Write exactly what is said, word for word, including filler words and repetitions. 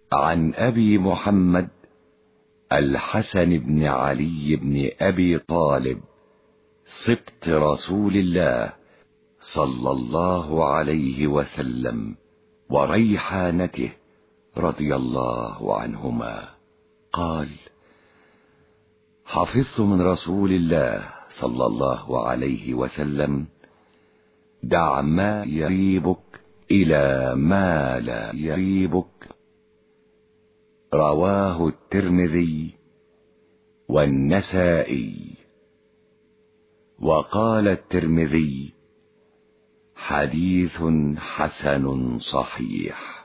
عن أبي محمد الحسن بن علي بن أبي طالب سبط رسول الله صلى الله عليه وسلم وريحانته رضي الله عنهما قال: حفظت من رسول الله صلى الله عليه وسلم: دع ما يريبك إلى ما لا يريبك. رواه الترمذي والنسائي. وقال الترمذي: حديث حسن صحيح.